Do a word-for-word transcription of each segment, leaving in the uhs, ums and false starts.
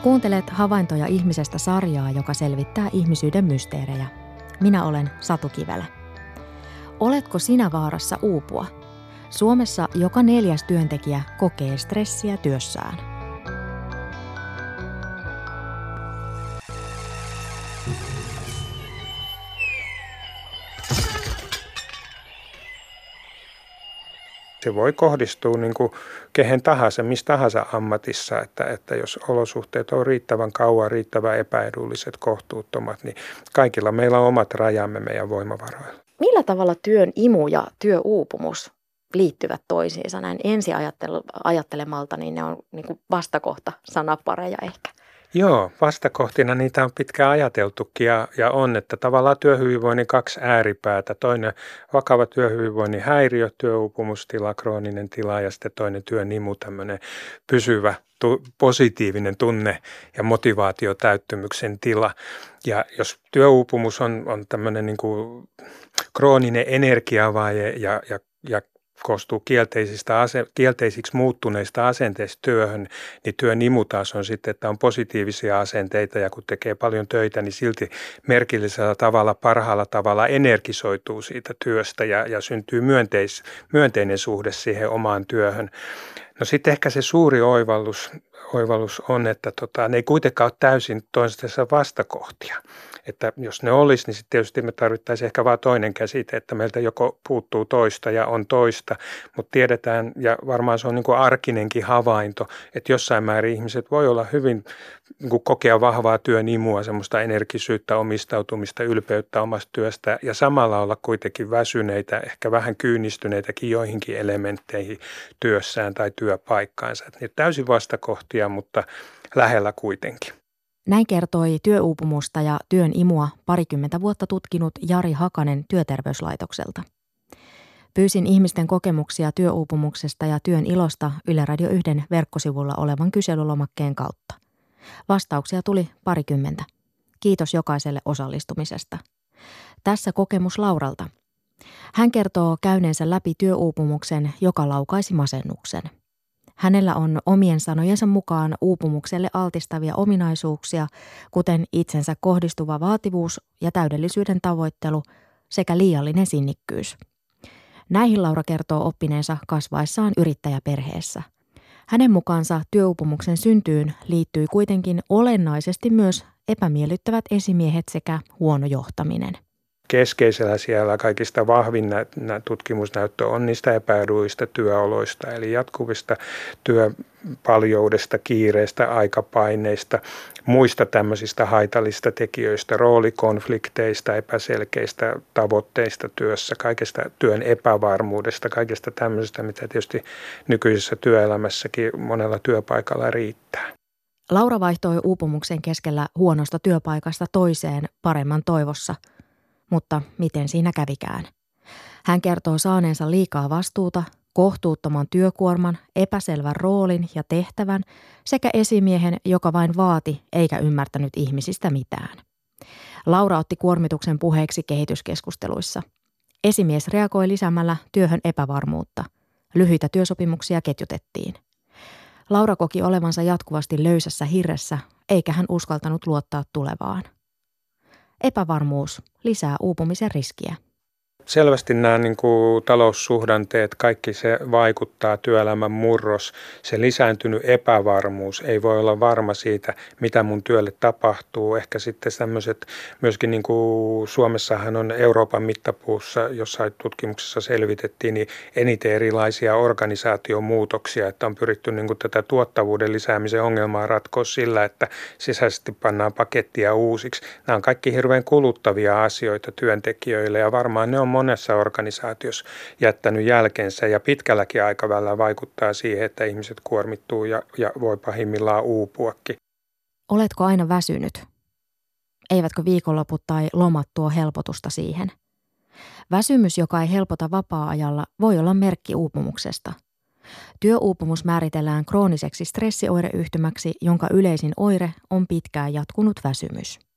Kuuntelet Havaintoja ihmisestä -sarjaa, joka selvittää ihmisyyden mysteerejä. Minä olen Satu Kivelä. Oletko sinä vaarassa uupua? Suomessa joka neljäs työntekijä kokee stressiä työssään. Se voi kohdistua niin kuin kehen tahansa, missä tahansa ammatissa, että, että jos olosuhteet on riittävän kauan, riittävän epäedulliset, kohtuuttomat, niin kaikilla meillä on omat rajamme meidän voimavaroilla. Millä tavalla työn imu ja työuupumus liittyvät toisiinsa? Näin ensi ajattelemalta, niin ne on niin kuin vastakohta sanapareja ehkä. Joo, vastakohtina niitä on pitkään ajateltukin ja, ja on, että tavallaan työhyvinvoinnin kaksi ääripäätä. Toinen vakava työhyvinvoinnin häiriö, työuupumustila, krooninen tila ja sitten toinen työn imu, tämmöinen pysyvä tu, positiivinen tunne ja motivaatiotäyttymyksen tila. Ja jos työuupumus on, on tämmöinen niin kuin krooninen energiavaje ja, ja, ja koostuu kielteisistä ase- kielteisiksi muuttuneista asenteista työhön, niin työn imu taas on sitten, että on positiivisia asenteita ja kun tekee paljon töitä, niin silti merkillisellä tavalla, parhaalla tavalla energisoituu siitä työstä ja, ja syntyy myönteis- myönteinen suhde siihen omaan työhön. No sitten ehkä se suuri oivallus, oivallus on, että tota, ne ei kuitenkaan ole täysin toistensa vastakohtia. Että jos ne olisi, niin sitten tietysti me tarvittaisiin ehkä vain toinen käsite, että meiltä joko puuttuu toista ja on toista, mutta tiedetään, ja varmaan se on niin kuin arkinenkin havainto, että jossain määrin ihmiset voi olla hyvin niin kuin kokea vahvaa työn imua, semmoista energisyyttä, omistautumista, ylpeyttä omasta työstä, ja samalla olla kuitenkin väsyneitä, ehkä vähän kyynistyneitäkin joihinkin elementteihin työssään tai työpaikkaansa. Että niitä täysin vastakohtia, mutta lähellä kuitenkin. Näin kertoi työuupumusta ja työn imua parikymmentä vuotta tutkinut Jari Hakanen Työterveyslaitokselta. Pyysin ihmisten kokemuksia työuupumuksesta ja työn ilosta Yle Radio yhden verkkosivulla olevan kyselylomakkeen kautta. Vastauksia tuli parikymmentä. Kiitos jokaiselle osallistumisesta. Tässä kokemus Lauralta. Hän kertoo käyneensä läpi työuupumuksen, joka laukaisi masennuksen. Hänellä on omien sanojensa mukaan uupumukselle altistavia ominaisuuksia, kuten itsensä kohdistuva vaativuus ja täydellisyyden tavoittelu sekä liiallinen sinnikkyys. Näihin Laura kertoo oppineensa kasvaessaan yrittäjäperheessä. Hänen mukaansa työuupumuksen syntyyn liittyi kuitenkin olennaisesti myös epämiellyttävät esimiehet sekä huono johtaminen. Keskeisellä siellä kaikista vahvin nä- nä- tutkimusnäyttö on niistä epäedullisista työoloista, eli jatkuvista työpaljoudesta, kiireistä, aikapaineista, muista tämmöisistä haitallisista tekijöistä, roolikonflikteista, epäselkeistä tavoitteista työssä, kaikesta työn epävarmuudesta, kaikesta tämmöisestä, mitä tietysti nykyisessä työelämässäkin monella työpaikalla riittää. Laura vaihtoi uupumuksen keskellä huonosta työpaikasta toiseen paremman toivossa. Mutta miten siinä kävikään? Hän kertoo saaneensa liikaa vastuuta, kohtuuttoman työkuorman, epäselvän roolin ja tehtävän sekä esimiehen, joka vain vaati eikä ymmärtänyt ihmisistä mitään. Laura otti kuormituksen puheeksi kehityskeskusteluissa. Esimies reagoi lisäämällä työhön epävarmuutta. Lyhyitä työsopimuksia ketjutettiin. Laura koki olevansa jatkuvasti löysässä hirressä, eikä hän uskaltanut luottaa tulevaan. Epävarmuus lisää uupumisen riskiä. Selvästi nämä niin kuin taloussuhdanteet, kaikki se vaikuttaa, työelämän murros, se lisääntynyt epävarmuus, ei voi olla varma siitä, mitä mun työlle tapahtuu. Ehkä sitten tämmöiset, myöskin niin kuin Suomessahan on Euroopan mittapuussa, jossain tutkimuksessa selvitettiin, niin eniten erilaisia organisaatiomuutoksia, että on pyritty niin kuin tätä tuottavuuden lisäämisen ongelmaa ratkoa sillä, että sisäisesti pannaan pakettia uusiksi. Nämä on kaikki hirveän kuluttavia asioita työntekijöille ja varmaan ne on monessa organisaatiossa jättänyt jälkensä ja pitkälläkin aikavälillä vaikuttaa siihen, että ihmiset kuormittuu ja, ja voi pahimmillaan uupuakin. Oletko aina väsynyt? Eivätkö viikonloput tai lomat tuo helpotusta siihen? Väsymys, joka ei helpota vapaa-ajalla, voi olla merkki uupumuksesta. Työuupumus määritellään krooniseksi stressioireyhtymäksi, jonka yleisin oire on pitkään jatkunut väsymys.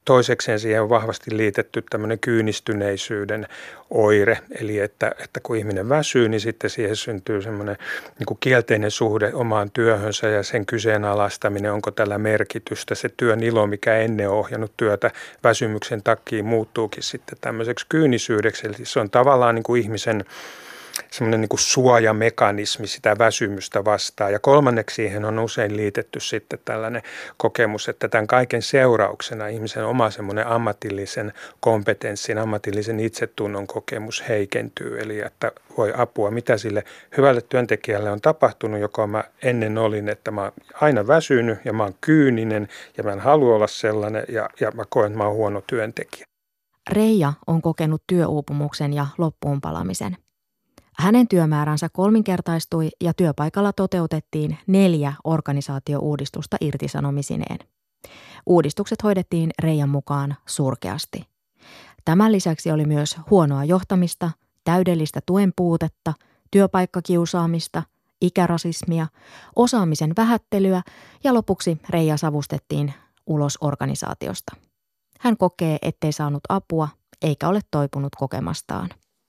Toisekseen siihen on vahvasti liitetty tämmöinen kyynistyneisyyden oire, eli että, että kun ihminen väsyy, niin sitten siihen syntyy semmoinen niin kuin kielteinen suhde omaan työhönsä ja sen kyseenalaistaminen, onko tällä merkitystä. Se työn ilo, mikä ennen on ohjannut työtä väsymyksen takia, muuttuukin sitten tämmöiseksi kyynisyydeksi, eli se on tavallaan niin kuin ihmisen semmoinen niin kuin suojamekanismi sitä väsymystä vastaan. Ja kolmanneksi siihen on usein liitetty sitten tällainen kokemus, että tämän kaiken seurauksena ihmisen oma semmoinen ammatillisen kompetenssin, ammatillisen itsetunnon kokemus heikentyy. Eli että voi apua, mitä sille hyvälle työntekijälle on tapahtunut, joka mä ennen olin, että mä oon aina väsynyt ja mä oon kyyninen ja mä en halua olla sellainen ja, ja mä koen, että mä oon huono työntekijä. Reijo on kokenut työuupumuksen ja loppuunpalamisen. Hänen työmääränsä kolminkertaistui ja työpaikalla toteutettiin neljä organisaatiouudistusta irtisanomisineen. Uudistukset hoidettiin Reijan mukaan surkeasti. Tämän lisäksi oli myös huonoa johtamista, täydellistä tuen puutetta, työpaikkakiusaamista, ikärasismia, osaamisen vähättelyä ja lopuksi Reija savustettiin ulos organisaatiosta. Hän kokee, ettei saanut apua eikä ole toipunut kokemastaan.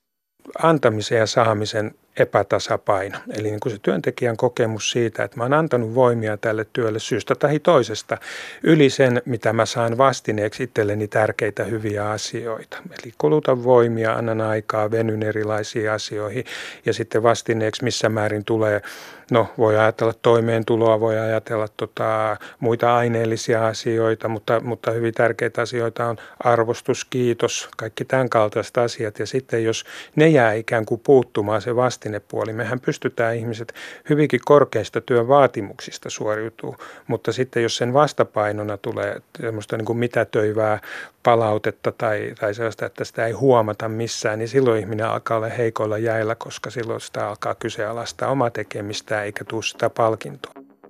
Antamisen ja saamisen epätasapaino. Eli niin kuin se työntekijän kokemus siitä, että mä oon antanut voimia tälle työlle syystä tai toisesta yli sen, mitä mä saan vastineeksi itselleni tärkeitä hyviä asioita. Eli kulutan voimia, annan aikaa, venyn erilaisiin asioihin ja sitten vastineeksi missä määrin tulee, no voi ajatella toimeentuloa, voi ajatella tota, muita aineellisia asioita, mutta, mutta hyvin tärkeitä asioita on arvostus, kiitos, kaikki tämän kaltaiset asiat. Ja sitten jos ne jää ikään kuin puuttumaan se vastinepuoli, mehän pystytään ihmiset hyvinkin korkeista työn vaatimuksista suoriutuu, mutta sitten jos sen vastapainona tulee semmoista niin kuin mitätöivää palautetta tai, tai sellaista, että sitä ei huomata missään, niin silloin ihminen alkaa olla heikoilla jäillä, koska silloin sitä alkaa kyseenalaistaa omaa tekemistä eikä tule sitä palkintoa.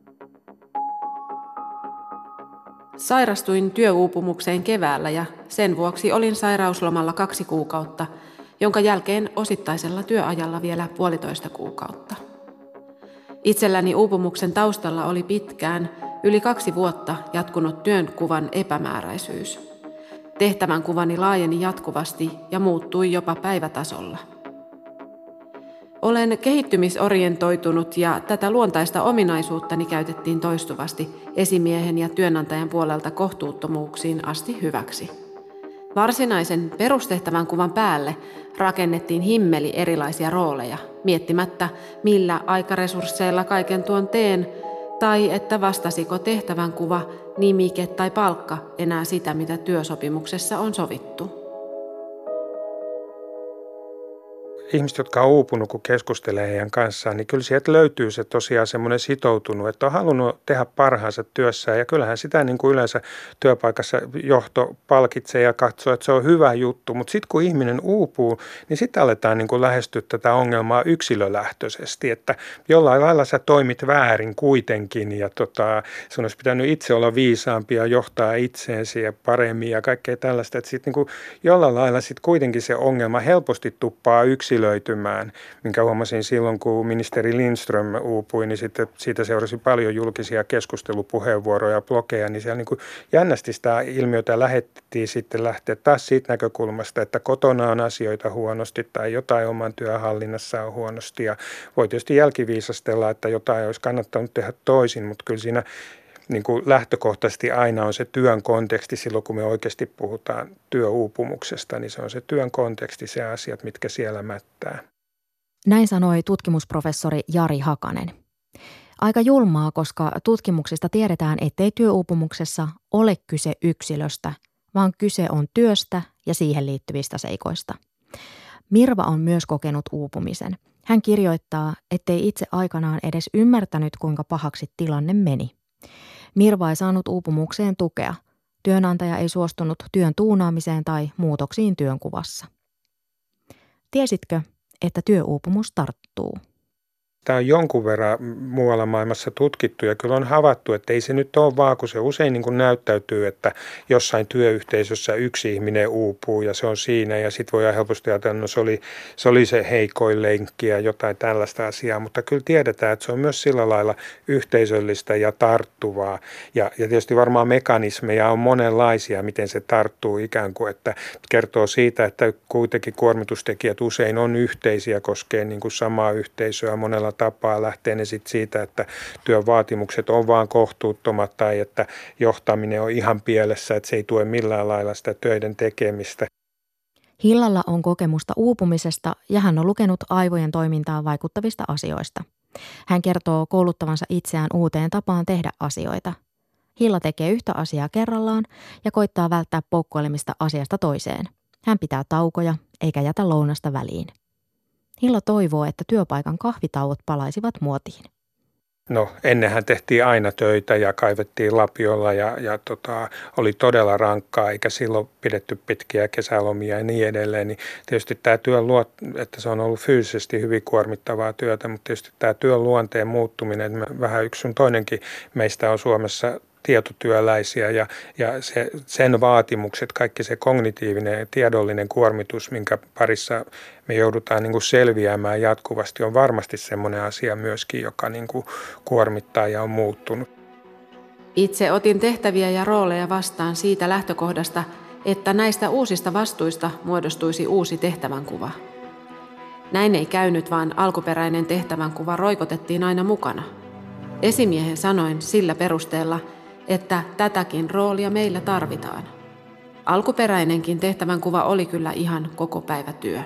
Sairastuin työuupumukseen keväällä ja sen vuoksi olin sairauslomalla kaksi kuukautta, jonka jälkeen osittaisella työajalla vielä puolitoista kuukautta. Itselläni uupumuksen taustalla oli pitkään, yli kaksi vuotta jatkunut työnkuvan epämääräisyys. Tehtävänkuvani laajeni jatkuvasti ja muuttui jopa päivätasolla. Olen kehittymisorientoitunut ja tätä luontaista ominaisuuttani käytettiin toistuvasti esimiehen ja työnantajan puolelta kohtuuttomuuksiin asti hyväksi. Varsinaisen perustehtävän kuvan päälle rakennettiin himmeli erilaisia rooleja, miettimättä millä aikaresursseilla kaiken tuon teen, tai että vastasiko tehtävän kuva, nimike tai palkka enää sitä, mitä työsopimuksessa on sovittu. Ihmiset, jotka on uupunut, kun keskustelee heidän kanssaan, niin kyllä sieltä löytyy se tosiaan semmoinen sitoutunut, että on halunnut tehdä parhaansa työssään. Ja kyllähän sitä niin kuin yleensä työpaikassa johto palkitsee ja katsoo, että se on hyvä juttu. Mutta sitten kun ihminen uupuu, niin sitten aletaan niin kuin lähestyä tätä ongelmaa yksilölähtöisesti, että jollain lailla sä toimit väärin kuitenkin. Ja tota, sun olisi pitänyt itse olla viisaampi ja johtaa itseensä ja paremmin ja kaikkea tällaista. Että sitten niin kuin jollain lailla sit kuitenkin se ongelma helposti tuppaa yksilöön. Löytymään, minkä huomasin silloin, kun ministeri Lindström uupui, niin sitten siitä seurasi paljon julkisia keskustelupuheenvuoroja ja blogeja, niin siellä niin kuin jännästi sitä ilmiötä lähdettiin sitten lähteä taas siitä näkökulmasta, että kotona on asioita huonosti tai jotain oman työhallinnassa on huonosti ja voi tietysti jälkiviisastella, että jotain olisi kannattanut tehdä toisin, mutta kyllä siinä niin kuin lähtökohtaisesti aina on se työn konteksti silloin, kun me oikeasti puhutaan työuupumuksesta, niin se on se työn konteksti, se asiat, mitkä siellä mättää. Näin sanoi tutkimusprofessori Jari Hakanen. Aika julmaa, koska tutkimuksista tiedetään, ettei työuupumuksessa ole kyse yksilöstä, vaan kyse on työstä ja siihen liittyvistä seikoista. Mirva on myös kokenut uupumisen. Hän kirjoittaa, ettei itse aikanaan edes ymmärtänyt, kuinka pahaksi tilanne meni. Mirva ei saanut uupumukseen tukea. Työnantaja ei suostunut työn tuunaamiseen tai muutoksiin työnkuvassa. Tiesitkö, että työuupumus tarttuu? Tämä on jonkun verran muualla maailmassa tutkittu ja kyllä on havaittu, että ei se nyt ole vaan, kun se usein niin kuin näyttäytyy, että jossain työyhteisössä yksi ihminen uupuu ja se on siinä ja sitten voi helposti ajatella, että no se oli, se oli se heikoin lenkki ja jotain tällaista asiaa, mutta kyllä tiedetään, että se on myös sillä lailla yhteisöllistä ja tarttuvaa ja, ja tietysti varmaan mekanismeja on monenlaisia, miten se tarttuu ikään kuin, että kertoo siitä, että kuitenkin kuormitustekijät usein on yhteisiä, koskee niin kuin samaa yhteisöä monella tapaa, lähtee ne sitten siitä, että työn vaatimukset on vaan kohtuuttomat tai että johtaminen on ihan pielessä, että se ei tue millään lailla sitä töiden tekemistä. Hillalla on kokemusta uupumisesta ja hän on lukenut aivojen toimintaan vaikuttavista asioista. Hän kertoo kouluttavansa itseään uuteen tapaan tehdä asioita. Hilla tekee yhtä asiaa kerrallaan ja koittaa välttää poukkoilemista asiasta toiseen. Hän pitää taukoja eikä jätä lounasta väliin. Hilla toivoo, että työpaikan kahvitauot palaisivat muotiin. No ennenhän tehtiin aina töitä ja kaivettiin lapiolla ja, ja tota, oli todella rankkaa eikä silloin pidetty pitkiä kesälomia ja niin edelleen. Niin tietysti tämä työn luo, että se on ollut fyysisesti hyvin kuormittavaa työtä, mutta tietysti tämä työn luonteen muuttuminen, että vähän yksi sun toinenkin meistä on Suomessa tietotyöläisiä ja, ja se, sen vaatimukset, kaikki se kognitiivinen ja tiedollinen kuormitus, minkä parissa me joudutaan niin kuin selviämään jatkuvasti, on varmasti semmoinen asia myöskin, joka niin kuin kuormittaa ja on muuttunut. Itse otin tehtäviä ja rooleja vastaan siitä lähtökohdasta, että näistä uusista vastuista muodostuisi uusi tehtävänkuva. Näin ei käynyt, vaan alkuperäinen tehtävänkuva roikotettiin aina mukana. Esimiehen sanoin sillä perusteella, että tätäkin roolia meillä tarvitaan. Alkuperäinenkin tehtävänkuva oli kyllä ihan koko päivä työ.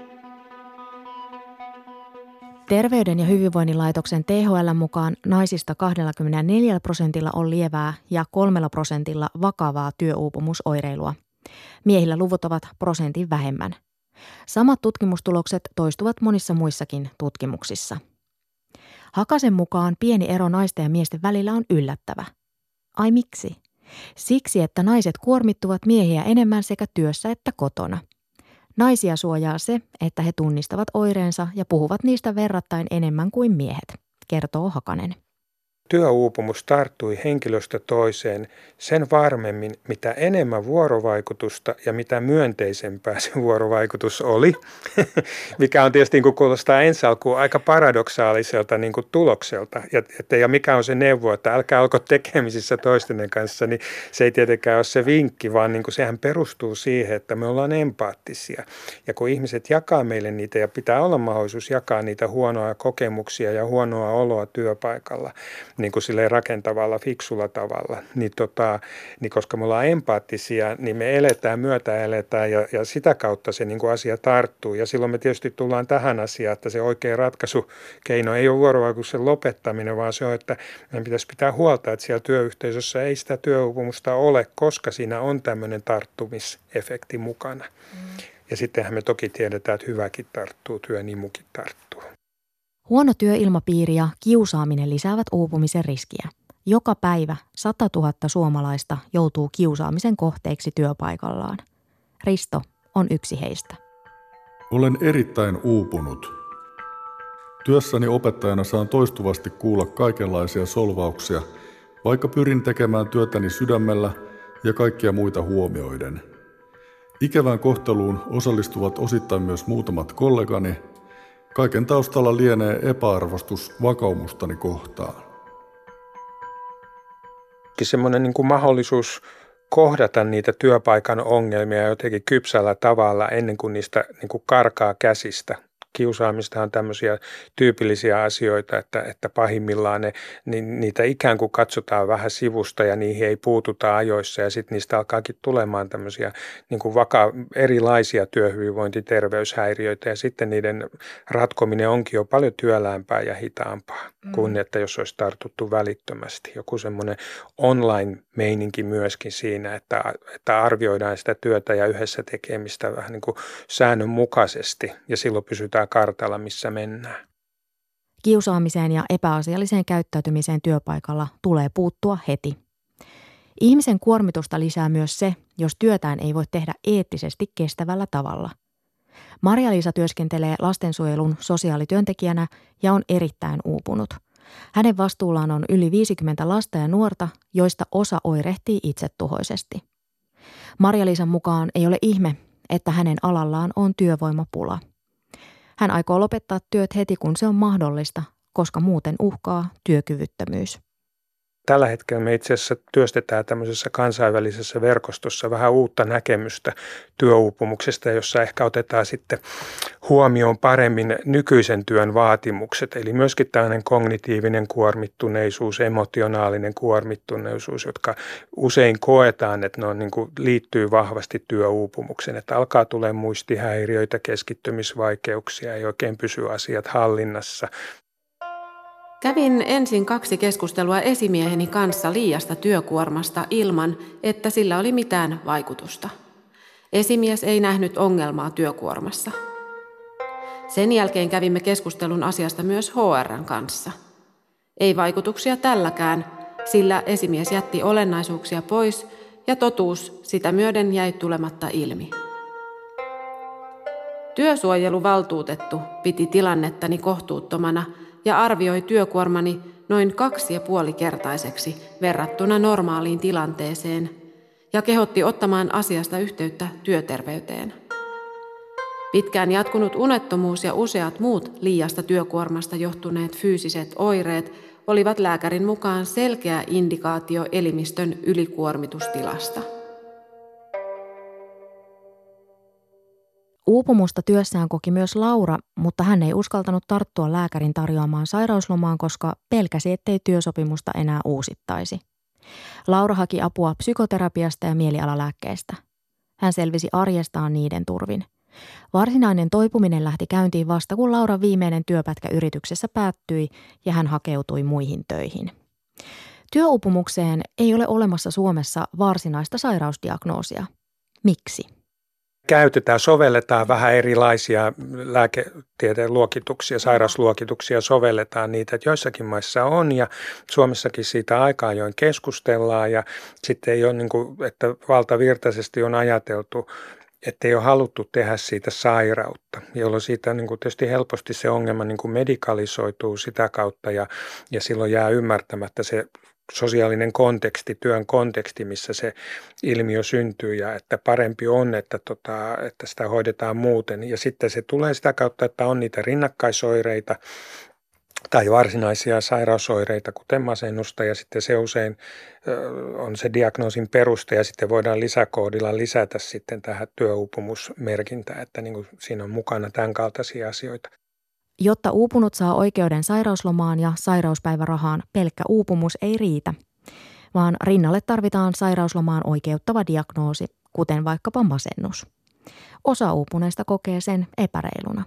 Terveyden ja hyvinvoinnin laitoksen T H L mukaan naisista kaksikymmentäneljä prosentilla on lievää ja kolmella prosentilla vakavaa työuupumusoireilua. Miehillä luvut ovat prosentin vähemmän. Samat tutkimustulokset toistuvat monissa muissakin tutkimuksissa. Hakasen mukaan pieni ero naisten ja miesten välillä on yllättävä. Ai miksi? Siksi, että naiset kuormittuvat miehiä enemmän sekä työssä että kotona. Naisia suojaa se, että he tunnistavat oireensa ja puhuvat niistä verrattain enemmän kuin miehet, kertoo Hakanen. Työuupumus tarttui henkilöstä toiseen sen varmemmin, mitä enemmän vuorovaikutusta ja mitä myönteisempää se vuorovaikutus oli, mikä on tietysti niin kuin kuulostaa ensi alkuun aika paradoksaaliselta niin kuin tulokselta. Ja, että, ja mikä on se neuvo, että älkää olko tekemisissä toistenne kanssa, niin se ei tietenkään ole se vinkki, vaan niin kuin sehän perustuu siihen, että me ollaan empaattisia. Ja kun ihmiset jakaa meille niitä ja pitää olla mahdollisuus jakaa niitä huonoja kokemuksia ja huonoa oloa työpaikalla, niin kuin silleen rakentavalla, fiksulla tavalla, niin, tota, niin koska me ollaan empaattisia, niin me eletään, myötä eletään ja, ja sitä kautta se niin kuin asia tarttuu. Ja silloin me tietysti tullaan tähän asiaan, että se oikea ratkaisukeino ei ole vuorovaikutuksen lopettaminen, vaan se on, että meidän pitäisi pitää huolta, että siellä työyhteisössä ei sitä työuupumusta ole, koska siinä on tämmöinen tarttumisefekti mukana. Mm. Ja sittenhän me toki tiedetään, että hyväkin tarttuu, työn imukin tarttuu. Huono työilmapiiri ja kiusaaminen lisäävät uupumisen riskiä. Joka päivä satatuhatta suomalaista joutuu kiusaamisen kohteeksi työpaikallaan. Risto on yksi heistä. Olen erittäin uupunut. Työssäni opettajana saan toistuvasti kuulla kaikenlaisia solvauksia, vaikka pyrin tekemään työtäni sydämellä ja kaikkia muita huomioiden. Ikävään kohteluun osallistuvat osittain myös muutamat kollegani. Kaiken taustalla lienee epäarvostus vakaumustani kohtaan. Semmoinen niin kuin mahdollisuus kohdata niitä työpaikan ongelmia jotenkin kypsällä tavalla ennen kuin niistä niin kuin karkaa käsistä. Kiusaamista on tämmöisiä tyypillisiä asioita, että, että pahimmillaan ne, niin niitä ikään kuin katsotaan vähän sivusta ja niihin ei puututa ajoissa ja sitten niistä alkaakin tulemaan tämmöisiä niin kuin vaka- erilaisia työhyvinvointiterveyshäiriöitä ja sitten niiden ratkominen onkin jo paljon työläämpää ja hitaampaa mm. kuin että jos olisi tartuttu välittömästi. Joku semmoinen online-meininki myöskin siinä, että, että arvioidaan sitä työtä ja yhdessä tekemistä vähän niin kuin säännönmukaisesti ja silloin pysytään kartalla, missä mennään. Kiusaamiseen ja epäasialliseen käyttäytymiseen työpaikalla tulee puuttua heti. Ihmisen kuormitusta lisää myös se, jos työtään ei voi tehdä eettisesti kestävällä tavalla. Marja-Liisa työskentelee lastensuojelun sosiaalityöntekijänä ja on erittäin uupunut. Hänen vastuullaan on yli viisikymmentä lasta ja nuorta, joista osa oirehtii itsetuhoisesti. Marja-Liisan mukaan ei ole ihme, että hänen alallaan on työvoimapula. Hän aikoo lopettaa työt heti, kun se on mahdollista, koska muuten uhkaa työkyvyttömyys. Tällä hetkellä me itse asiassa työstetään tämmöisessä kansainvälisessä verkostossa vähän uutta näkemystä työuupumuksesta, jossa ehkä otetaan sitten huomioon paremmin nykyisen työn vaatimukset. Eli myöskin tämmöinen kognitiivinen kuormittuneisuus, emotionaalinen kuormittuneisuus, jotka usein koetaan, että ne on, niin kuin, liittyy vahvasti työuupumukseen. Että alkaa tulemaan muistihäiriöitä, keskittymisvaikeuksia, ei oikein pysy asiat hallinnassa. Kävin ensin kaksi keskustelua esimieheni kanssa liiasta työkuormasta ilman, että sillä oli mitään vaikutusta. Esimies ei nähnyt ongelmaa työkuormassa. Sen jälkeen kävimme keskustelun asiasta myös H R:n kanssa. Ei vaikutuksia tälläkään, sillä esimies jätti olennaisuuksia pois ja totuus sitä myöden jäi tulematta ilmi. Työsuojeluvaltuutettu piti tilannettani kohtuuttomana ja arvioi työkuormani noin kaksi ja puoli kertaiseksi verrattuna normaaliin tilanteeseen ja kehotti ottamaan asiasta yhteyttä työterveyteen. Pitkään jatkunut unettomuus ja useat muut liiasta työkuormasta johtuneet fyysiset oireet olivat lääkärin mukaan selkeä indikaatio elimistön ylikuormitustilasta. Uupumusta työssään koki myös Laura, mutta hän ei uskaltanut tarttua lääkärin tarjoamaan sairauslomaan, koska pelkäsi, ettei työsopimusta enää uusittaisi. Laura haki apua psykoterapiasta ja mielialalääkkeistä. Hän selvisi arjestaan niiden turvin. Varsinainen toipuminen lähti käyntiin vasta, kun Lauran viimeinen työpätkä yrityksessä päättyi ja hän hakeutui muihin töihin. Työuupumukseen ei ole olemassa Suomessa varsinaista sairausdiagnoosia. Miksi? Käytetään, sovelletaan vähän erilaisia lääketieteen luokituksia, sairausluokituksia, sovelletaan niitä, että joissakin maissa on ja Suomessakin siitä aika ajoin keskustellaan ja sitten ei ole niin kuin, että valtavirtaisesti on ajateltu, että ei ole haluttu tehdä siitä sairautta, jolloin siitä niin kuin tietysti helposti se ongelma niin kuin medikalisoituu sitä kautta ja, ja silloin jää ymmärtämättä se sosiaalinen konteksti, työn konteksti, missä se ilmiö syntyy ja että parempi on, että, tota, että sitä hoidetaan muuten. Ja sitten se tulee sitä kautta, että on niitä rinnakkaisoireita tai varsinaisia sairausoireita, kuten masennusta ja sitten se usein on se diagnoosin peruste ja sitten voidaan lisäkoodilla lisätä sitten tähän työuupumusmerkintään, että niin kuin siinä on mukana tämän kaltaisia asioita. Jotta uupunut saa oikeuden sairauslomaan ja sairauspäivärahaan, pelkkä uupumus ei riitä, vaan rinnalle tarvitaan sairauslomaan oikeuttava diagnoosi, kuten vaikkapa masennus. Osa uupuneista kokee sen epäreiluna.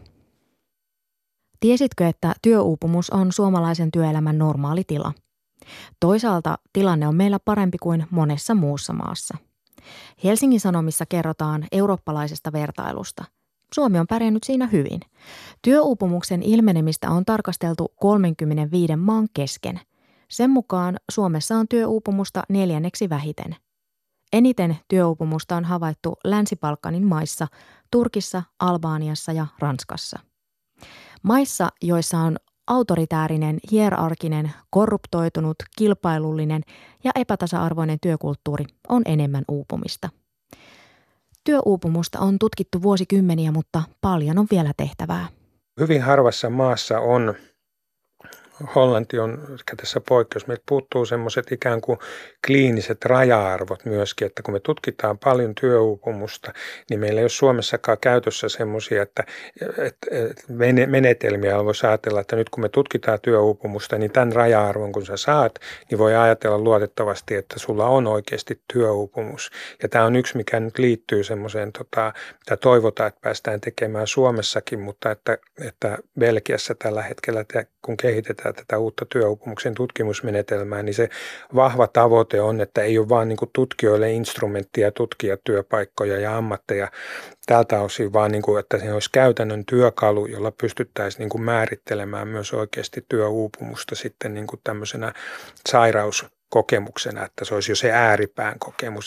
Tiesitkö, että työuupumus on suomalaisen työelämän normaali tila? Toisaalta tilanne on meillä parempi kuin monessa muussa maassa. Helsingin Sanomissa kerrotaan eurooppalaisesta vertailusta. Suomi on pärjännyt siinä hyvin. Työuupumuksen ilmenemistä on tarkasteltu kolmekymmentäviisi maan kesken. Sen mukaan Suomessa on työuupumusta neljänneksi vähiten. Eniten työuupumusta on havaittu Länsi-Balkanin maissa, Turkissa, Albaniassa ja Ranskassa. Maissa, joissa on autoritäärinen, hierarkinen, korruptoitunut, kilpailullinen ja epätasa-arvoinen työkulttuuri, on enemmän uupumista. Työuupumusta on tutkittu vuosikymmeniä, mutta paljon on vielä tehtävää. Hyvin harvassa maassa on, Hollanti on ehkä tässä poikkeus, meiltä puuttuu semmoiset ikään kuin kliiniset raja-arvot myöskin, että kun me tutkitaan paljon työuupumusta, niin meillä ei ole Suomessakaan käytössä semmoisia, että, että menetelmiä voisi ajatella, että nyt kun me tutkitaan työuupumusta, niin tämän raja-arvon kun sä saat, niin voi ajatella luotettavasti, että sulla on oikeasti työuupumus. Ja tämä on yksi, mikä nyt liittyy semmoiseen, tota, mitä toivotaan, että päästään tekemään Suomessakin, mutta että, että Belgiassa tällä hetkellä, kun kehitetään tätä uutta työuupumuksen tutkimusmenetelmää, niin se vahva tavoite on, että ei ole vaan niin kuin tutkijoille instrumenttia tutkia työpaikkoja ja ammatteja tältä osin, vaan niin kuin, että se olisi käytännön työkalu, jolla pystyttäisiin niin kuin määrittelemään myös oikeasti työuupumusta sitten niin kuin tämmöisenä sairauskokemuksena, että se olisi jo se ääripään kokemus.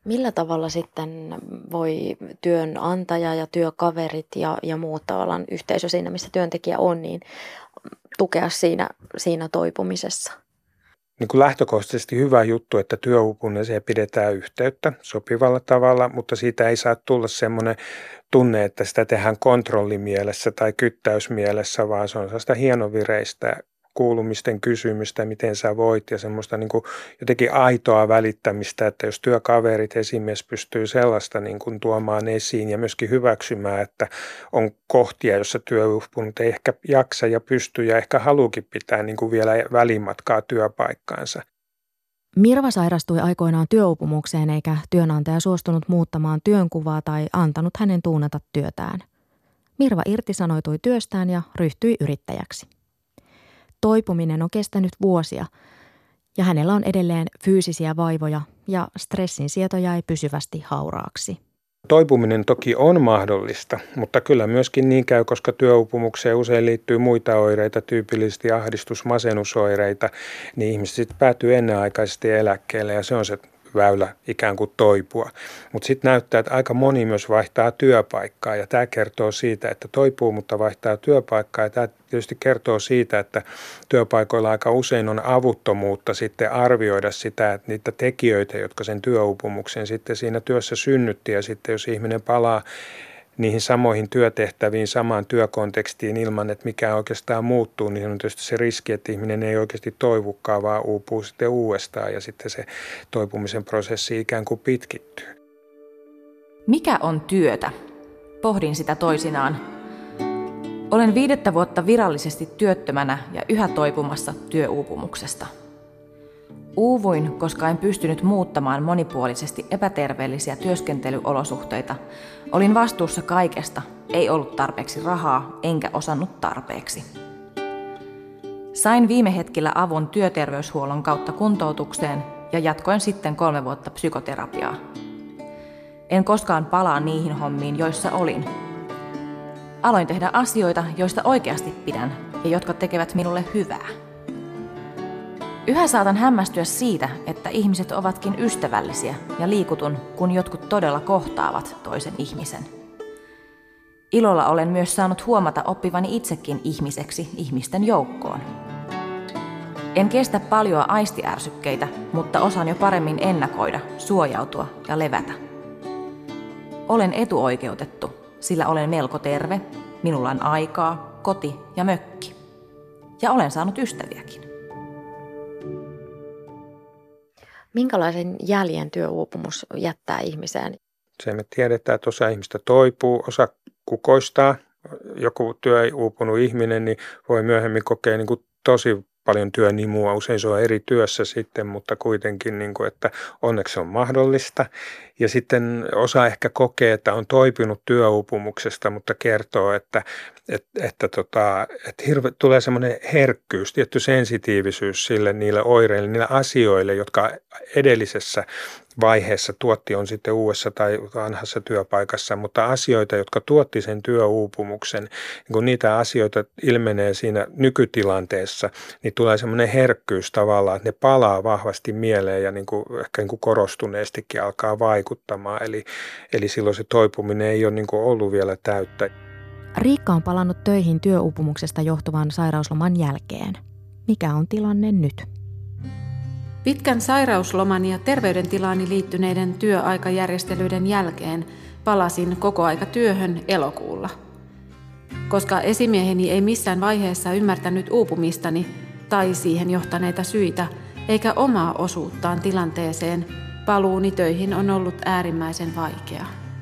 Millä tavalla sitten voi työnantaja ja työkaverit ja, ja muut tavallaan yhteisö siinä, missä työntekijä on, niin tukea siinä, siinä toipumisessa? Niin kuin lähtökohtaisesti hyvä juttu, että työuupuneeseen pidetään yhteyttä sopivalla tavalla, mutta siitä ei saa tulla semmoinen tunne, että sitä tehdään kontrollimielessä tai kyttäysmielessä, vaan se on sellaista hienovireistä kuulumisten kysymystä, miten sä voit ja semmoista niin kuin jotenkin aitoa välittämistä, että jos työkaverit esimies pystyy sellaista niin kuin tuomaan esiin ja myöskin hyväksymään, että on kohtia, jossa työuupunut ei ehkä jaksa ja pysty ja ehkä haluukin pitää niin kuin vielä välimatkaa työpaikkaansa. Mirva sairastui aikoinaan työuupumukseen eikä työnantaja suostunut muuttamaan työnkuvaa tai antanut hänen tuunata työtään. Mirva irtisanoitui työstään ja ryhtyi yrittäjäksi. Toipuminen on kestänyt vuosia ja hänellä on edelleen fyysisiä vaivoja ja stressinsieto jäi pysyvästi hauraaksi. Toipuminen toki on mahdollista, mutta kyllä myöskin niin käy, koska työuupumukseen usein liittyy muita oireita, tyypillisesti ahdistus, masennusoireita, niin ihmiset sitten päätyy ennenaikaisesti eläkkeelle ja se on se väylä ikään kuin toipua. Mutta sitten näyttää, että aika moni myös vaihtaa työpaikkaa ja tämä kertoo siitä, että toipuu, mutta vaihtaa työpaikkaa ja tämä tietysti kertoo siitä, että työpaikoilla aika usein on avuttomuutta sitten arvioida sitä, että niitä tekijöitä, jotka sen työuupumuksen sitten siinä työssä synnytti ja sitten jos ihminen palaa niihin samoihin työtehtäviin, samaan työkontekstiin ilman, että mikään oikeastaan muuttuu, niin on tietysti se riski, että ihminen ei oikeasti toivukaan, vaan uupuu sitten uudestaan ja sitten se toipumisen prosessi ikään kuin pitkittyy. Mikä on työtä? Pohdin sitä toisinaan. Olen viidettä vuotta virallisesti työttömänä ja yhä toipumassa työuupumuksesta. Uuvuin, koska en pystynyt muuttamaan monipuolisesti epäterveellisiä työskentelyolosuhteita. Olin vastuussa kaikesta, ei ollut tarpeeksi rahaa, enkä osannut tarpeeksi. Sain viime hetkellä avun työterveyshuollon kautta kuntoutukseen ja jatkoin sitten kolme vuotta psykoterapiaa. En koskaan palaa niihin hommiin, joissa olin. Aloin tehdä asioita, joista oikeasti pidän ja jotka tekevät minulle hyvää. Yhä saatan hämmästyä siitä, että ihmiset ovatkin ystävällisiä ja liikutun, kun jotkut todella kohtaavat toisen ihmisen. Ilolla olen myös saanut huomata oppivani itsekin ihmiseksi ihmisten joukkoon. En kestä paljoa aistiärsykkeitä, mutta osaan jo paremmin ennakoida, suojautua ja levätä. Olen etuoikeutettu, sillä olen melko terve, minulla on aikaa, koti ja mökki. Ja olen saanut ystäviäkin. Minkälaisen jäljen työuupumus jättää ihmiseen? Se me tiedetään, että osa ihmistä toipuu, osa kukoistaa. Joku työuupunut ihminen niin voi myöhemmin kokea niin kuin tosi paljon työnimua. Usein se on eri työssä sitten, mutta kuitenkin, niin kuin, että onneksi se on mahdollista. Ja sitten osa ehkä kokee, että on toipunut työuupumuksesta, mutta kertoo, että, että, että, tota, että hirve, tulee semmoinen herkkyys, tietty sensitiivisyys sille niille oireille, niille asioille, jotka edellisessä vaiheessa tuotti on sitten uudessa tai vanhassa työpaikassa, mutta asioita, jotka tuotti sen työuupumuksen, niin kun niitä asioita ilmenee siinä nykytilanteessa, niin tulee semmoinen herkkyys tavallaan, että ne palaa vahvasti mieleen ja niin kuin, ehkä niin kuin korostuneestikin alkaa vaikuttamaan. Eli, eli silloin se toipuminen ei ole niin kuin ollut vielä täyttä. Riikka on palannut töihin työuupumuksesta johtuvan sairausloman jälkeen. Mikä on tilanne nyt? Pitkän sairausloman ja terveydentilaani liittyneiden työaikajärjestelyiden jälkeen palasin kokoaikatyöhön elokuulla. Koska esimieheni ei missään vaiheessa ymmärtänyt uupumistani tai siihen johtaneita syitä, eikä omaa osuuttaan tilanteeseen, paluuni töihin on ollut äärimmäisen vaikea.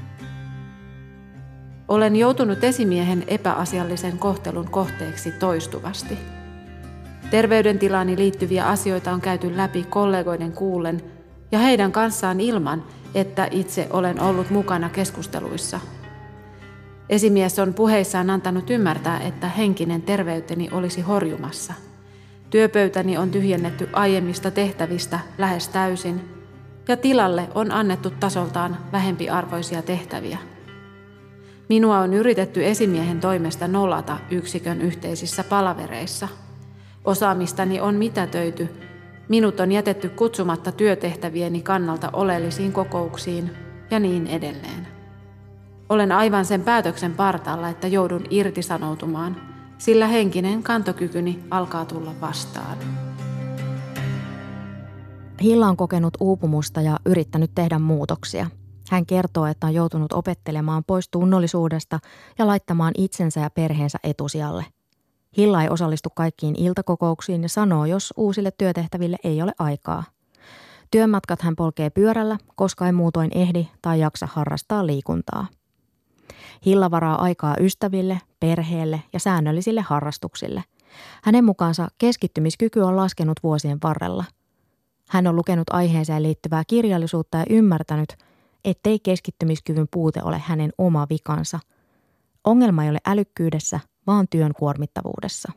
Olen joutunut esimiehen epäasiallisen kohtelun kohteeksi toistuvasti. Terveydentilaani liittyviä asioita on käyty läpi kollegoiden kuullen ja heidän kanssaan ilman, että itse olen ollut mukana keskusteluissa. Esimies on puheissaan antanut ymmärtää, että henkinen terveyteni olisi horjumassa. Työpöytäni on tyhjennetty aiemmista tehtävistä lähes täysin ja tilalle on annettu tasoltaan vähempiarvoisia tehtäviä. Minua on yritetty esimiehen toimesta nollata yksikön yhteisissä palavereissa. Osaamistani on mitätöity Minut on jätetty kutsumatta työtehtävieni kannalta oleellisiin kokouksiin ja niin edelleen. Olen aivan sen päätöksen partaalla, että joudun irtisanoutumaan, sillä henkinen kantokykyni alkaa tulla vastaan. Hilla on kokenut uupumusta ja yrittänyt tehdä muutoksia. Hän kertoo, että on joutunut opettelemaan pois tunnollisuudesta ja laittamaan itsensä ja perheensä etusijalle. Hilla ei osallistu kaikkiin iltakokouksiin ja sanoo, jos uusille työtehtäville ei ole aikaa. Työmatkat hän polkee pyörällä, koska ei muutoin ehdi tai jaksa harrastaa liikuntaa. Hilla varaa aikaa ystäville, perheelle ja säännöllisille harrastuksille. Hänen mukaansa keskittymiskyky on laskenut vuosien varrella. Hän on lukenut aiheeseen liittyvää kirjallisuutta ja ymmärtänyt, ettei keskittymiskyvyn puute ole hänen oma vikansa. Ongelma ei ole älykkyydessä, vaan työn kuormittavuudessa.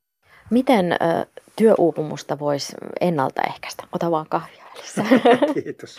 Miten ö, työuupumusta voisi ennaltaehkäistä? Ota vaan kahvia välissä. Kiitos.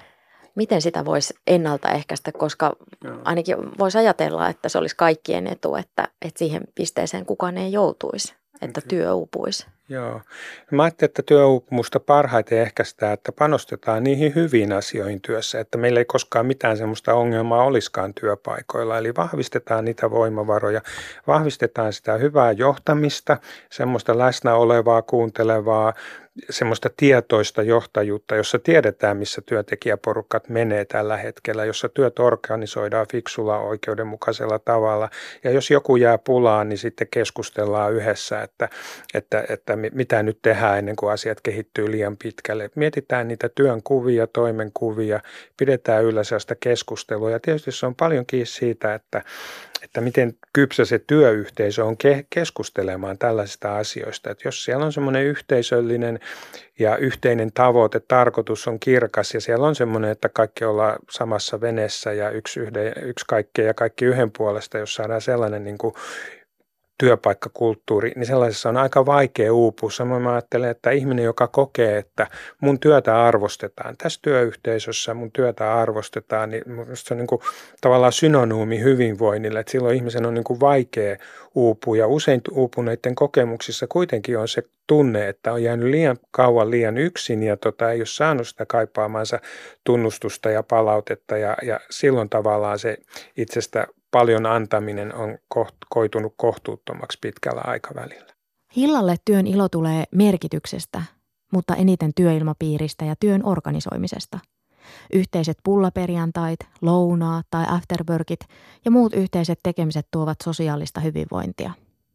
Miten sitä voisi ennaltaehkäistä, koska Joo. ainakin voisi ajatella, että se olisi kaikkien etu, että, että siihen pisteeseen kukaan ei joutuisi, että työ uupuisi. Joo. Mä ajattelin, että työuupumusta parhaiten ehkäistään, että panostetaan niihin hyviin asioihin työssä, että meillä ei koskaan mitään sellaista ongelmaa olisikaan työpaikoilla. Eli vahvistetaan niitä voimavaroja, vahvistetaan sitä hyvää johtamista, semmoista läsnä olevaa, kuuntelevaa, semmoista tietoista johtajuutta, jossa tiedetään, missä työntekijäporukat menee tällä hetkellä, jossa työt organisoidaan fiksulla oikeudenmukaisella tavalla. Ja jos joku jää pulaan, niin sitten keskustellaan yhdessä, että, että, että mitä nyt tehdään ennen kuin asiat kehittyy liian pitkälle. Mietitään niitä työn kuvia, toimenkuvia, pidetään yllä sellaista keskustelua. Ja tietysti se on paljon kiinni siitä, että, että miten kypsä se työyhteisö on ke- keskustelemaan tällaisista asioista. Että jos siellä on semmoinen yhteisöllinen ja yhteinen tavoite, tarkoitus on kirkas ja siellä on semmoinen, että kaikki ollaan samassa veneessä ja yksi, yhden, yksi kaikkea ja kaikki yhden puolesta, jos saadaan sellainen niin kuin työpaikkakulttuuri, niin sellaisessa on aika vaikea uupua. Samoin mä ajattelen, että ihminen, joka kokee, että mun työtä arvostetaan, tässä työyhteisössä mun työtä arvostetaan, niin se on niin kuin tavallaan synonyymi hyvinvoinnille, että silloin ihmisen on niin kuin vaikea uupua ja usein uupuneiden kokemuksissa kuitenkin on se tunne, että on jäänyt liian kauan liian yksin ja tota, ei ole saanut sitä kaipaamansa tunnustusta ja palautetta ja, ja silloin tavallaan se itsestä paljon antaminen on koht, koitunut kohtuuttomaksi pitkällä aikavälillä. Hillalle työn ilo tulee merkityksestä, mutta eniten työilmapiiristä ja työn organisoimisesta. Yhteiset pullaperjantait, lounaat tai afterworkit ja muut yhteiset tekemiset tuovat sosiaalista hyvinvointia.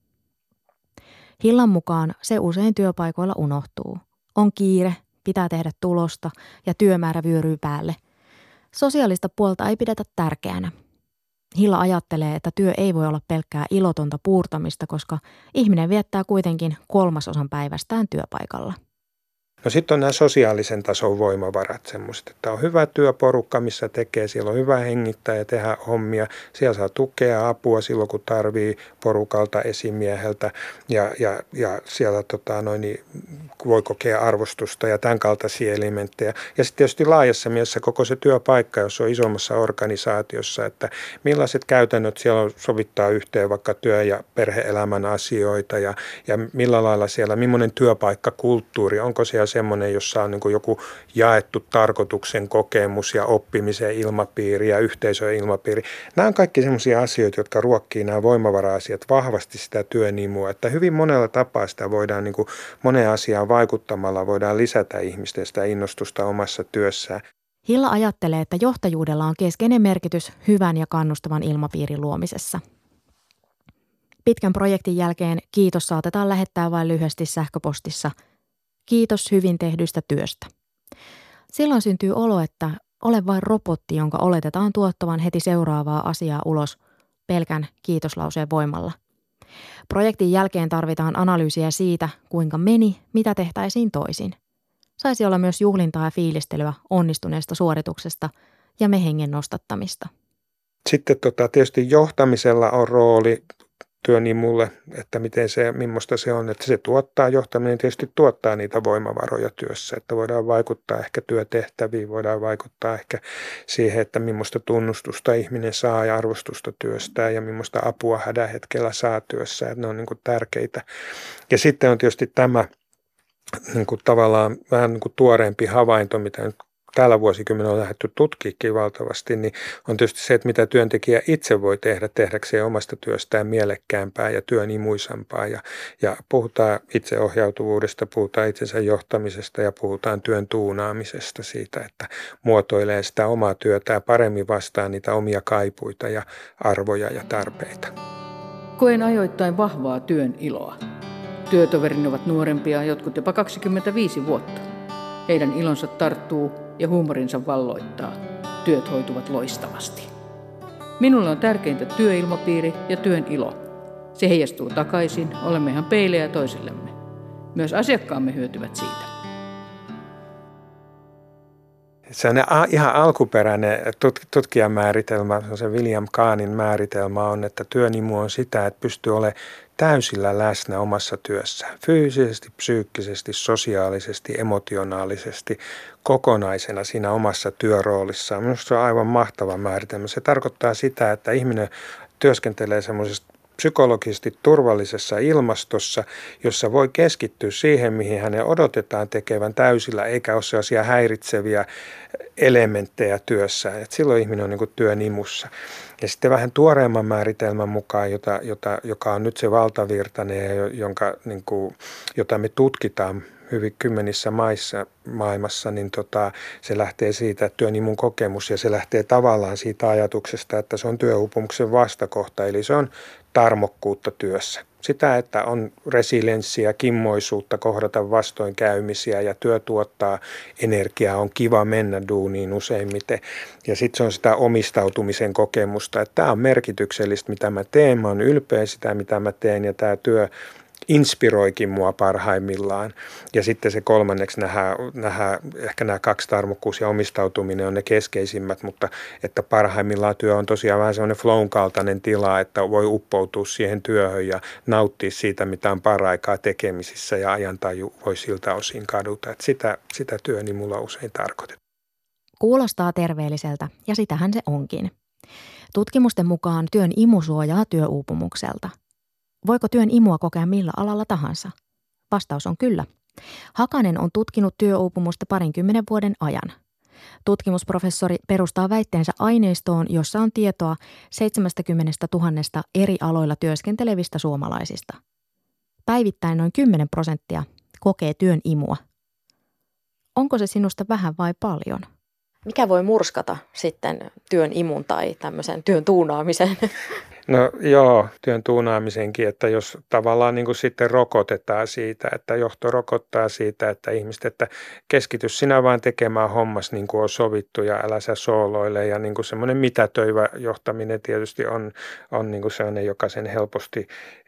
Hillan mukaan se usein työpaikoilla unohtuu. On kiire, pitää tehdä tulosta ja työmäärä vyöryy päälle. Sosiaalista puolta ei pidetä tärkeänä. Hilla ajattelee, että työ ei voi olla pelkkää ilotonta puurtamista, koska ihminen viettää kuitenkin kolmasosan päivästään työpaikalla. No sitten on nämä sosiaalisen tason voimavarat semmoiset, että on hyvä työporukka, missä tekee, siellä on hyvä hengittää ja tehdä hommia. Siellä saa tukea, apua silloin, kun tarvii porukalta, esimieheltä ja, ja, ja siellä tota, noin, niin voi kokea arvostusta ja tämän kaltaisia elementtejä. Ja sitten tietysti laajassa mielessä koko se työpaikka, jos on isommassa organisaatiossa, että millaiset käytännöt siellä on sovittaa yhteen vaikka työ- ja perhe-elämän asioita ja, ja millä lailla siellä, millainen työpaikkakulttuuri, onko siellä semmoinen, jossa on niin kuin joku jaettu tarkoituksen kokemus ja oppimisen ilmapiiri ja yhteisön ilmapiiri. Nämä on kaikki semmoisia asioita, jotka ruokkii nämä voimavara-asiat vahvasti sitä työnimua, että hyvin monella tapaa sitä voidaan niin kuin moneen asiaan vaikuttamalla voidaan lisätä ihmisten sitä innostusta omassa työssään. Hilla ajattelee, että johtajuudella on keskeinen merkitys hyvän ja kannustavan ilmapiirin luomisessa. Pitkän projektin jälkeen kiitos saatetaan lähettää vain lyhyesti sähköpostissa. Kiitos hyvin tehdystä työstä. Silloin syntyy olo, että ole vain robotti, jonka oletetaan tuottavan heti seuraavaa asiaa ulos pelkän kiitoslauseen voimalla. Projektin jälkeen tarvitaan analyysiä siitä, kuinka meni, mitä tehtäisiin toisin. Saisi olla myös juhlintaa ja fiilistelyä onnistuneesta suorituksesta ja mehengen nostattamista. Sitten tota, tietysti johtamisella on rooli työnimulle, että miten se, millaista se on, että se tuottaa, johtaminen tietysti tuottaa niitä voimavaroja työssä, että voidaan vaikuttaa ehkä työtehtäviin, voidaan vaikuttaa ehkä siihen, että millaista tunnustusta ihminen saa ja arvostusta työstään ja millaista apua hädän hetkellä saa työssä, että ne on niin kuin tärkeitä. Ja sitten on tietysti tämä niin kuin tavallaan vähän niin kuin tuoreempi havainto, mitä nyt tällä vuosikymmenellä on lähdetty tutkiikin valtavasti, niin on tietysti se, että mitä työntekijä itse voi tehdä tehdäkseen omasta työstään mielekkäämpää ja työn imuisampaa. Ja, ja puhutaan itseohjautuvuudesta, puhutaan itsensä johtamisesta ja puhutaan työn tuunaamisesta siitä, että muotoilee sitä omaa työtään paremmin vastaan niitä omia kaipuita ja arvoja ja tarpeita. Koen ajoittain vahvaa työn iloa. Työtoverini ovat nuorempia, jotkut jopa kaksikymmentäviisi vuotta. Heidän ilonsa tarttuu ja huumorinsa valloittaa. Työt hoituvat loistavasti. Minulle on tärkeintä työilmapiiri ja työn ilo. Se heijastuu takaisin, olemme ihan peilejä toisillemme. Myös asiakkaamme hyötyvät siitä. Se on ihan alkuperäinen tutkijan määritelmä, se William Kahnin määritelmä on, että työn imu on sitä, että pystyy olemaan täysillä läsnä omassa työssään. Fyysisesti, psyykkisesti, sosiaalisesti, emotionaalisesti, kokonaisena siinä omassa työroolissaan. Minusta se on aivan mahtava määritelmä. Se tarkoittaa sitä, että ihminen työskentelee semmoisessa psykologisesti turvallisessa ilmastossa, jossa voi keskittyä siihen, mihin hänen odotetaan tekevän täysillä, eikä ole sellaisia häiritseviä elementtejä työssään. Et silloin ihminen on niin kuin työn imussa. Ja sitten vähän tuoreemman määritelmän mukaan, jota, jota, joka on nyt se valtavirtainen ja jonka, niin kuin, jota me tutkitaan hyvin kymmenissä maissa maailmassa, niin tota, se lähtee siitä, että työn imun kokemus, ja se lähtee tavallaan siitä ajatuksesta, että se on työuupumuksen vastakohta, eli se on tarmokkuutta työssä. Sitä, että on resilienssiä, kimmoisuutta kohdata vastoinkäymisiä ja työ tuottaa energiaa, on kiva mennä duuniin useimmiten. Ja sitten se on sitä omistautumisen kokemusta, että tämä on merkityksellistä, mitä mä teen, mä oon ylpeä sitä, mitä mä teen, ja tämä työ inspiroikin mua parhaimmillaan. Ja sitten se kolmanneksi nähdään, nähdään ehkä nämä kaksi, tarmokkuus ja omistautuminen on ne keskeisimmät, mutta että parhaimmillaan työ on tosiaan vähän sellainen flown kaltainen tila, että voi uppoutua siihen työhön ja nauttia siitä, mitä on paraikaa tekemisissä, ja ajantaju voi siltä osin kaduta. Että sitä, sitä työni mulla usein tarkoitetaan. Kuulostaa terveelliseltä, ja sitähän se onkin. Tutkimusten mukaan työn imu suojaa työuupumukselta. Voiko työn imua kokea millä alalla tahansa? Vastaus on kyllä. Hakanen on tutkinut työuupumusta parinkymmenen vuoden ajan. Tutkimusprofessori perustaa väitteensä aineistoon, jossa on tietoa seitsemänkymmentätuhatta eri aloilla työskentelevistä suomalaisista. Päivittäin noin kymmenen prosenttia kokee työn imua. Onko se sinusta vähän vai paljon? Mikä voi murskata sitten työn imun tai tämmöisen työn tuunaamisen? No joo, työn tuunaamisenkin, että jos tavallaan niin kuin sitten rokotetaan siitä, että johto rokottaa siitä, että ihmiset, että keskity sinä vaan tekemään hommas niin kuin on sovittu ja älä sä sooloile, ja niin kuin semmoinen mitätöivä johtaminen tietysti on, on niin kuin sellainen, joka sen helposti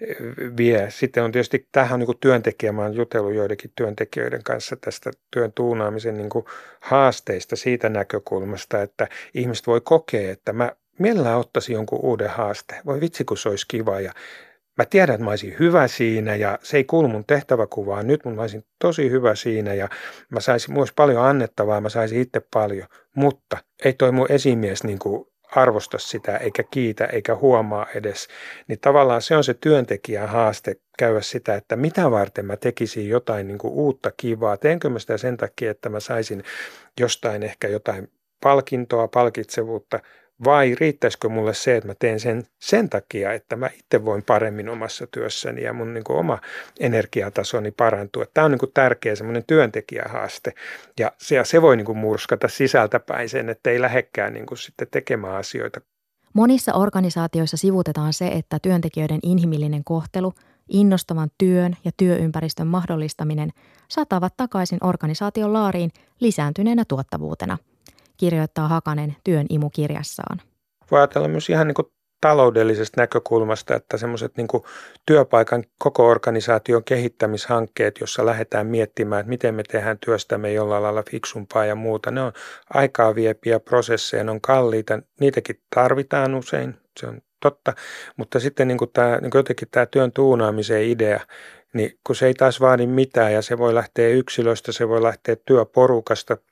vie. Sitten on tietysti, tämähän on niin kuin työntekijä, mä oon jutellut joidenkin työntekijöiden kanssa tästä työn tuunaamisen niin kuin haasteista siitä näkökulmasta, että ihmiset voi kokea, että mä mielellään ottaisin jonkun uuden haasteen. Voi vitsi, kun se olisi kiva, ja mä tiedän, että mä olisin hyvä siinä, ja se ei kuulu mun tehtäväkuvaan nyt, mutta mä olisin tosi hyvä siinä, ja mä saisin, mulla olisi paljon annettavaa, mä saisin itse paljon, mutta ei toi mun esimies niin kuin arvosta sitä, eikä kiitä, eikä huomaa edes. Niin tavallaan se on se työntekijän haaste käydä sitä, että mitä varten mä tekisin jotain niin kuin uutta kivaa. Teenkö mä sitä sen takia, että mä saisin jostain ehkä jotain palkintoa, palkitsevuutta, vai riittäisikö mulle se, että mä teen sen sen takia, että mä itse voin paremmin omassa työssäni ja mun niin kuin oma energiatasoni parantuu. Tämä on niin kuin tärkeä semmoinen työntekijähaaste, ja se, se voi niin kuin murskata sisältäpäin sen, että ei lähdekään niin kuin sitten tekemään asioita. Monissa organisaatioissa sivutetaan se, että työntekijöiden inhimillinen kohtelu, innostavan työn ja työympäristön mahdollistaminen saattavat takaisin organisaation laariin lisääntyneenä tuottavuutena, kirjoittaa Hakanen Työn imu -kirjassaan. Voi ajatella myös ihan niin kuin taloudellisesta näkökulmasta, että semmoiset niin kuin työpaikan koko organisaation kehittämishankkeet, jossa lähdetään miettimään, että miten me tehdään työstämme jollain lailla fiksumpaa ja muuta, ne on aikaa viepiä prosesseja, ne on kalliita, niitäkin tarvitaan usein, se on totta, mutta sitten niin kuin tämä, niin kuin jotenkin tämä työn tuunaamisen idea, niin kun se ei taas vaadi mitään ja se voi lähteä yksilöistä, se voi lähteä työporukasta,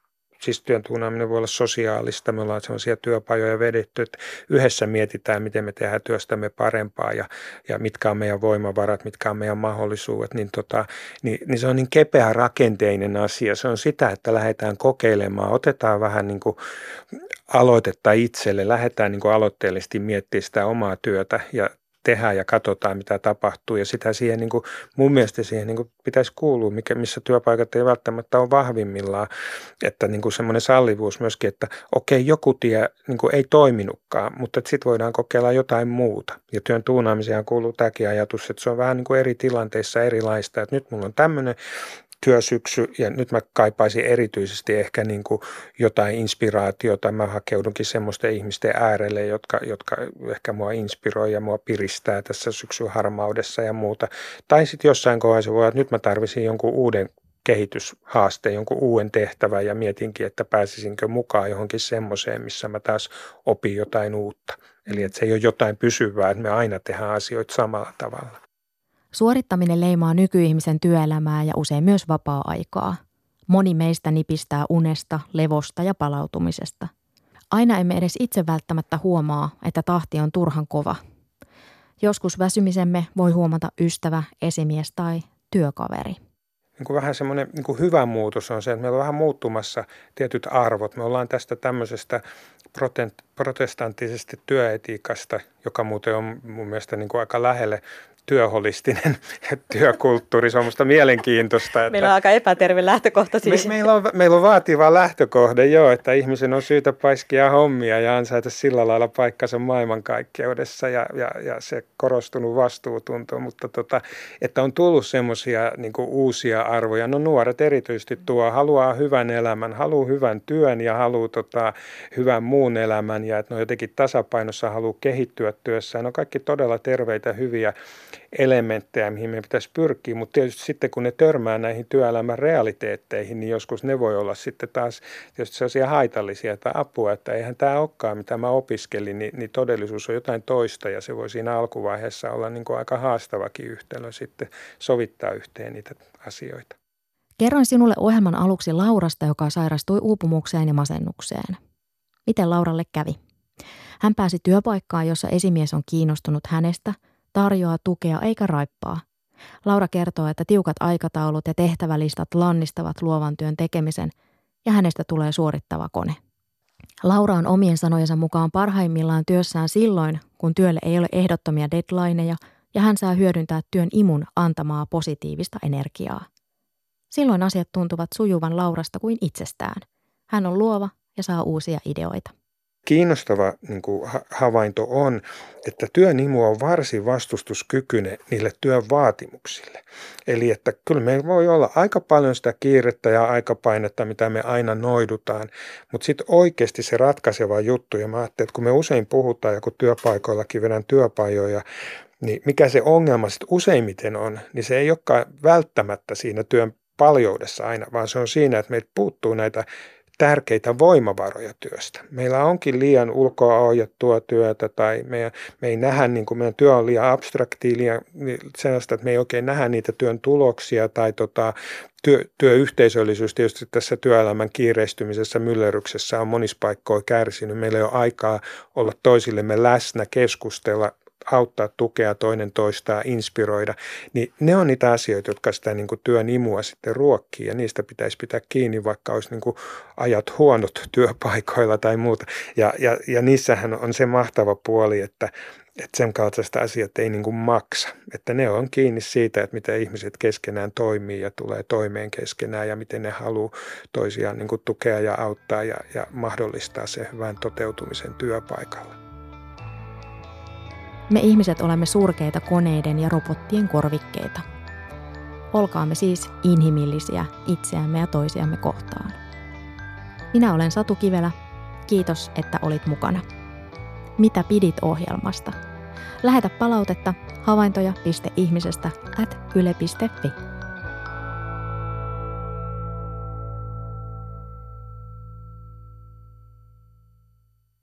siis työn tuunaaminen voi olla sosiaalista, me ollaan sellaisia työpajoja vedetty, että yhdessä mietitään, miten me tehdään työstämme parempaa ja, ja mitkä on meidän voimavarat, mitkä on meidän mahdollisuudet, niin, tota, niin, niin se on niin kepeä rakenteinen asia. Se on sitä, että lähdetään kokeilemaan, otetaan vähän niin kuin aloitetta itselle, lähdetään niin kuin aloitteellisesti miettimään sitä omaa työtä ja tehdään ja katsotaan, mitä tapahtuu. Ja sitä siihen, niin kuin, mun mielestä siihen niin kuin pitäisi kuulua, mikä, missä työpaikat ei välttämättä ole vahvimmillaan. Että niin kuin semmoinen sallivuus myöskin, että okei, joku tie niin kuin ei toiminutkaan, mutta sitten voidaan kokeilla jotain muuta. Ja työn tuunaamiseen kuuluu tämäkin ajatus, että se on vähän niin kuin eri tilanteissa erilaista. Että nyt mulla on tämmöinen työsyksy ja nyt mä kaipaisin erityisesti ehkä niin kuin jotain inspiraatiota. Mä hakeudunkin semmoisten ihmisten äärelle, jotka, jotka ehkä mua inspiroi ja mua piristää tässä syksyn harmaudessa ja muuta. Tai sitten jossain kohdassa voi olla, että nyt mä tarvisin jonkun uuden kehityshaasteen, jonkun uuden tehtävän ja mietinkin, että pääsisinkö mukaan johonkin semmoiseen, missä mä taas opin jotain uutta. Eli että se ei ole jotain pysyvää, että me aina tehdään asioita samalla tavalla. Suorittaminen leimaa nykyihmisen työelämää ja usein myös vapaa-aikaa. Moni meistä nipistää unesta, levosta ja palautumisesta. Aina emme edes itse välttämättä huomaa, että tahti on turhan kova. Joskus väsymisemme voi huomata ystävä, esimies tai työkaveri. Niin kuin vähän semmoinen niin kuin hyvä muutos on se, että meillä on vähän muuttumassa tietyt arvot. Me ollaan tästä tämmöisestä protestanttisesta työetiikasta, joka muuten on mun mielestä niin kuin aika lähelle työholistinen työkulttuuri, se on musta mielenkiintoista. Että meillä on aika epäterve lähtökohta siis. Me, meillä, on, meillä on vaativa lähtökohde, joo, että ihmisen on syytä paiskia hommia ja ansaita sillä lailla paikkansa maailmankaikkeudessa ja, ja, ja se korostunut vastuutunto, mutta tota, että on tullut semmoisia niin kuin uusia arvoja. No nuoret erityisesti tuo, haluaa hyvän elämän, haluaa hyvän työn ja haluaa tota, hyvän muun elämän ja että ne on jotenkin tasapainossa, haluaa kehittyä työssään. Ne on kaikki todella terveitä, hyviä elementtejä, mihin meidän pitäisi pyrkiä, mutta tietysti sitten kun ne törmää näihin työelämän realiteetteihin, niin joskus ne voi olla sitten taas tietysti sellaisia haitallisia, että apua, että eihän tämä olekaan, mitä mä opiskelin, niin, niin todellisuus on jotain toista ja se voi siinä alkuvaiheessa olla niin kuin aika haastavakin yhtälö sitten sovittaa yhteen niitä asioita. Kerroin sinulle ohjelman aluksi Laurasta, joka sairastui uupumukseen ja masennukseen. Miten Lauralle kävi? Hän pääsi työpaikkaan, jossa esimies on kiinnostunut hänestä, tarjoaa tukea eikä raippaa. Laura kertoo, että tiukat aikataulut ja tehtävälistat lannistavat luovan työn tekemisen ja hänestä tulee suorittava kone. Laura on omien sanojensa mukaan parhaimmillaan työssään silloin, kun työlle ei ole ehdottomia deadlineja ja hän saa hyödyntää työn imun antamaa positiivista energiaa. Silloin asiat tuntuvat sujuvan Laurasta kuin itsestään. Hän on luova ja saa uusia ideoita. Kiinnostava niin kuin havainto on, että työn imu on varsin vastustuskykyinen niille työn vaatimuksille. Eli että kyllä meillä voi olla aika paljon sitä kiirettä ja aikapainetta, mitä me aina noidutaan, mutta sitten oikeasti se ratkaiseva juttu, ja mä ajattelin, että kun me usein puhutaan, ja kun työpaikoillakin vedän työpajoja, niin mikä se ongelma sitten useimmiten on, niin se ei olekaan välttämättä siinä työn paljoudessa aina, vaan se on siinä, että meiltä puuttuu näitä tärkeitä voimavaroja työstä. Meillä onkin liian ulkoa ohjattua työtä tai me, me ei nähdä, niin kuin meidän työ on liian abstraktia, liian sellaista, että me ei oikein nähdä niitä työn tuloksia tai tota, työ, työyhteisöllisyys tietysti tässä työelämän kiireistymisessä, myllerryksessä on monissa paikkoja kärsinyt. Meillä ei ole aikaa olla toisillemme läsnä, keskustella, auttaa, tukea toinen toistaan, inspiroida, niin ne on niitä asioita, jotka sitä niin kuin työn imua sitten ruokkii ja niistä pitäisi pitää kiinni, vaikka olisi niin kuin ajat huonot työpaikoilla tai muuta. Ja, ja, ja niissähän on se mahtava puoli, että, että sen kaltaista asiat ei niin kuin maksa, että ne on kiinni siitä, että miten ihmiset keskenään toimii ja tulee toimeen keskenään ja miten ne haluaa toisiaan niin kuin tukea ja auttaa ja, ja mahdollistaa sen hyvän toteutumisen työpaikalla. Me ihmiset olemme surkeita koneiden ja robottien korvikkeita. Olkaamme siis inhimillisiä itseämme ja toisiamme kohtaan. Minä olen Satu Kivelä. Kiitos, että olit mukana. Mitä pidit ohjelmasta? Lähetä palautetta havaintoja piste ihmisestä at yle piste fi.